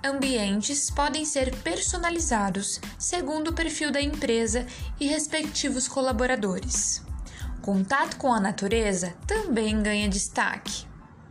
ambientes podem ser personalizados segundo o perfil da empresa e respectivos colaboradores. Contato com a natureza também ganha destaque.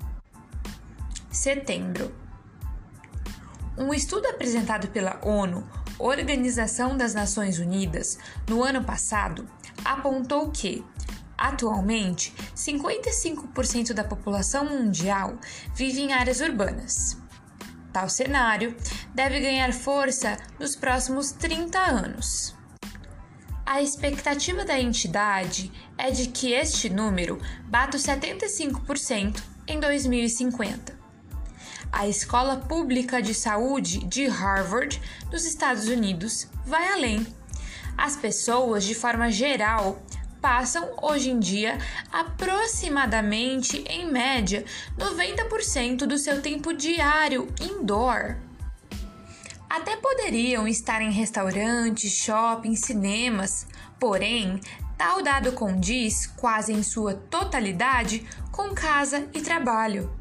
Setembro. Um estudo apresentado pela ONU, Organização das Nações Unidas, no ano passado, apontou que, atualmente, 55% da população mundial vive em áreas urbanas. Tal cenário deve ganhar força nos próximos 30 anos. A expectativa da entidade é de que este número bata os 75% em 2050. A Escola Pública de Saúde de Harvard, nos Estados Unidos, vai além. As pessoas, de forma geral, passam hoje em dia aproximadamente, em média, 90% do seu tempo diário indoor. Até poderiam estar em restaurantes, shoppings, cinemas, porém, tal dado condiz, quase em sua totalidade, com casa e trabalho.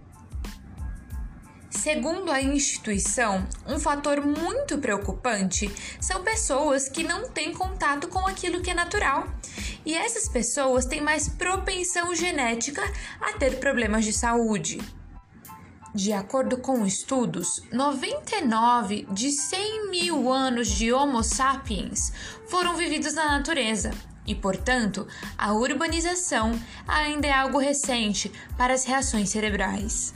Segundo a instituição, um fator muito preocupante são pessoas que não têm contato com aquilo que é natural. E essas pessoas têm mais propensão genética a ter problemas de saúde. De acordo com estudos, 99 de 100 mil anos de Homo sapiens foram vividos na natureza e, portanto, a urbanização ainda é algo recente para as reações cerebrais.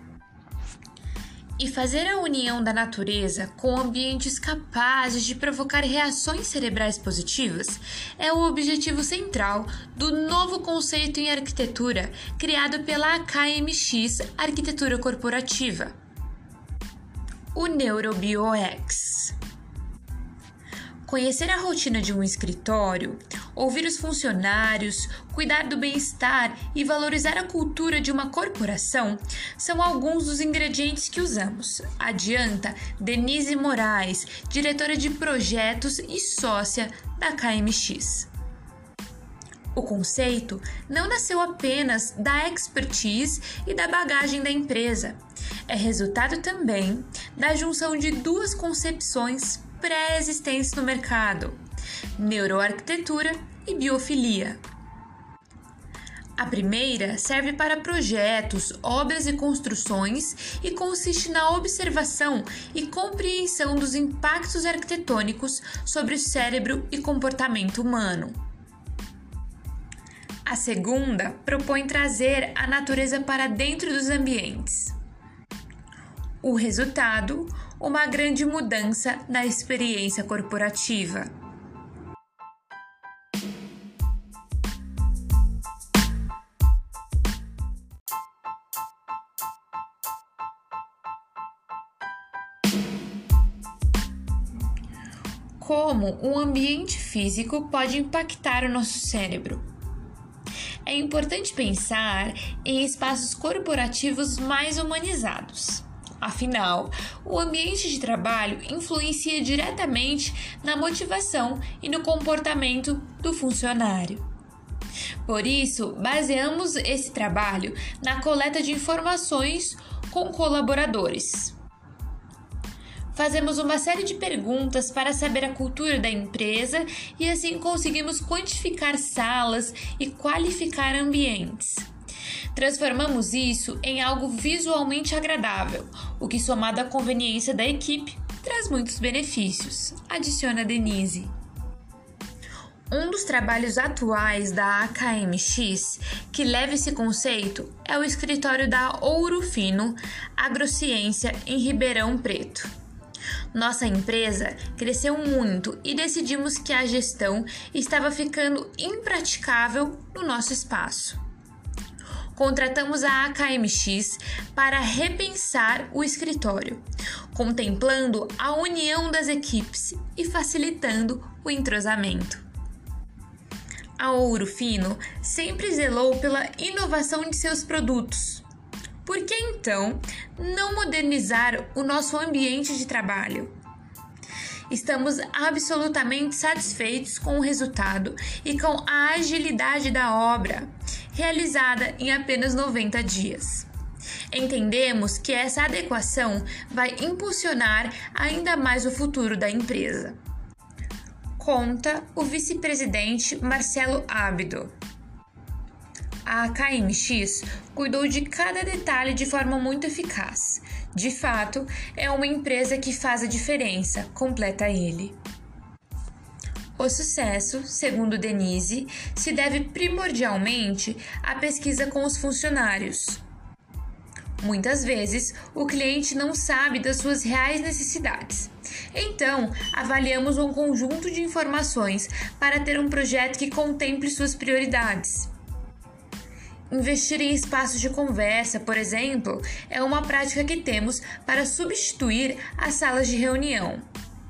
E fazer a união da natureza com ambientes capazes de provocar reações cerebrais positivas é o objetivo central do novo conceito em arquitetura criado pela AKMX Arquitetura Corporativa, o NeuroBioX. Conhecer a rotina de um escritório, ouvir os funcionários, cuidar do bem-estar e valorizar a cultura de uma corporação são alguns dos ingredientes que usamos, adianta Denise Moraes, diretora de projetos e sócia da KMX. O conceito não nasceu apenas da expertise e da bagagem da empresa, é resultado também da junção de duas concepções pré-existentes no mercado: neuroarquitetura e biofilia. A primeira serve para projetos, obras e construções e consiste na observação e compreensão dos impactos arquitetônicos sobre o cérebro e comportamento humano. A segunda propõe trazer a natureza para dentro dos ambientes. O resultado, uma grande mudança na experiência corporativa. Como o ambiente físico pode impactar o nosso cérebro? É importante pensar em espaços corporativos mais humanizados. Afinal, o ambiente de trabalho influencia diretamente na motivação e no comportamento do funcionário. Por isso, baseamos esse trabalho na coleta de informações com colaboradores. Fazemos uma série de perguntas para saber a cultura da empresa e assim conseguimos quantificar salas e qualificar ambientes. Transformamos isso em algo visualmente agradável, o que, somado à conveniência da equipe, traz muitos benefícios, adiciona Denise. Um dos trabalhos atuais da AKMX que leva esse conceito é o escritório da Ouro Fino Agrociência em Ribeirão Preto. Nossa empresa cresceu muito e decidimos que a gestão estava ficando impraticável no nosso espaço. Contratamos a AKMX para repensar o escritório, contemplando a união das equipes e facilitando o entrosamento. A Ouro Fino sempre zelou pela inovação de seus produtos. Por que então não modernizar o nosso ambiente de trabalho? Estamos absolutamente satisfeitos com o resultado e com a agilidade da obra, realizada em apenas 90 dias. Entendemos que essa adequação vai impulsionar ainda mais o futuro da empresa. Conta o vice-presidente Marcelo Ábido. A KMX cuidou de cada detalhe de forma muito eficaz. De fato, é uma empresa que faz a diferença, completa ele. O sucesso, segundo Denise, se deve primordialmente à pesquisa com os funcionários. Muitas vezes, o cliente não sabe das suas reais necessidades. Então, avaliamos um conjunto de informações para ter um projeto que contemple suas prioridades. Investir em espaços de conversa, por exemplo, é uma prática que temos para substituir as salas de reunião.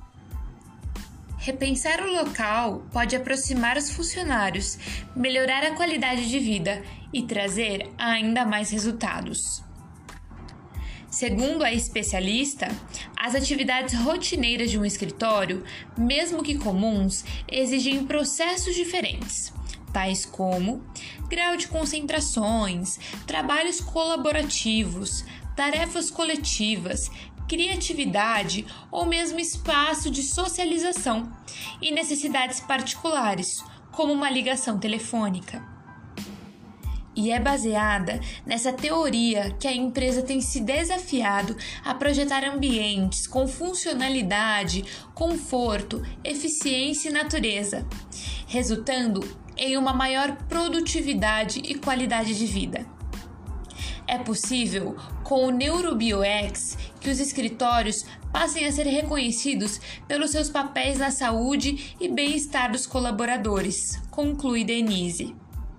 Repensar o local pode aproximar os funcionários, melhorar a qualidade de vida e trazer ainda mais resultados. Segundo a especialista, as atividades rotineiras de um escritório, mesmo que comuns, exigem processos diferentes, tais como grau de concentrações, trabalhos colaborativos, tarefas coletivas, criatividade ou mesmo espaço de socialização e necessidades particulares, como uma ligação telefônica. E é baseada nessa teoria que a empresa tem se desafiado a projetar ambientes com funcionalidade, conforto, eficiência e natureza, resultando em uma maior produtividade e qualidade de vida. É possível, com o NeuroBioX, que os escritórios passem a ser reconhecidos pelos seus papéis na saúde e bem-estar dos colaboradores, conclui Denise.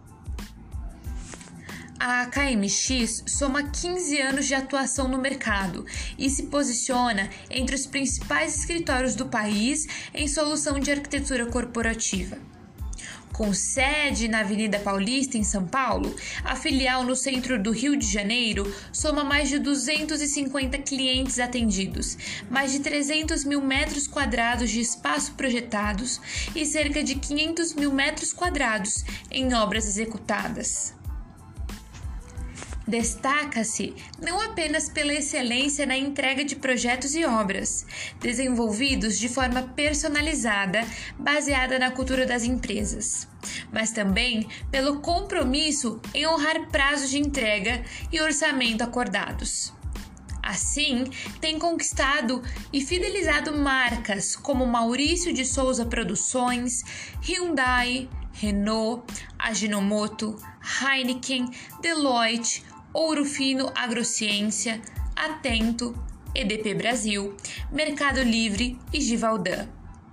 A KMX soma 15 anos de atuação no mercado e se posiciona entre os principais escritórios do país em solução de arquitetura corporativa. Com sede na Avenida Paulista, em São Paulo, a filial no centro do Rio de Janeiro soma mais de 250 clientes atendidos, mais de 300 mil metros quadrados de espaço projetados e cerca de 500 mil metros quadrados em obras executadas. Destaca-se não apenas pela excelência na entrega de projetos e obras, desenvolvidos de forma personalizada, baseada na cultura das empresas, mas também pelo compromisso em honrar prazos de entrega e orçamento acordados. Assim, tem conquistado e fidelizado marcas como Maurício de Souza Produções, Hyundai, Renault, Ajinomoto, Heineken, Deloitte, Ouro Fino Agrociência, Atento, EDP Brasil, Mercado Livre e Givaudan.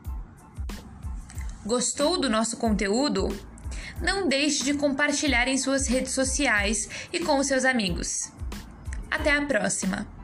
Gostou do nosso conteúdo? Não deixe de compartilhar em suas redes sociais e com os seus amigos. Até a próxima!